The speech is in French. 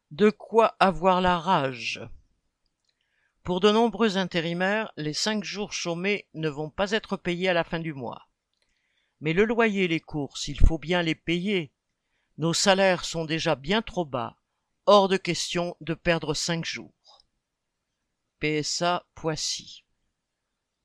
De quoi avoir la rage. Pour de nombreux intérimaires, les 5 jours chômés ne vont pas être payés à la fin du mois. Mais le loyer et les courses, il faut bien les payer. Nos salaires sont déjà bien trop bas. Hors de question de perdre 5 jours. PSA Poissy.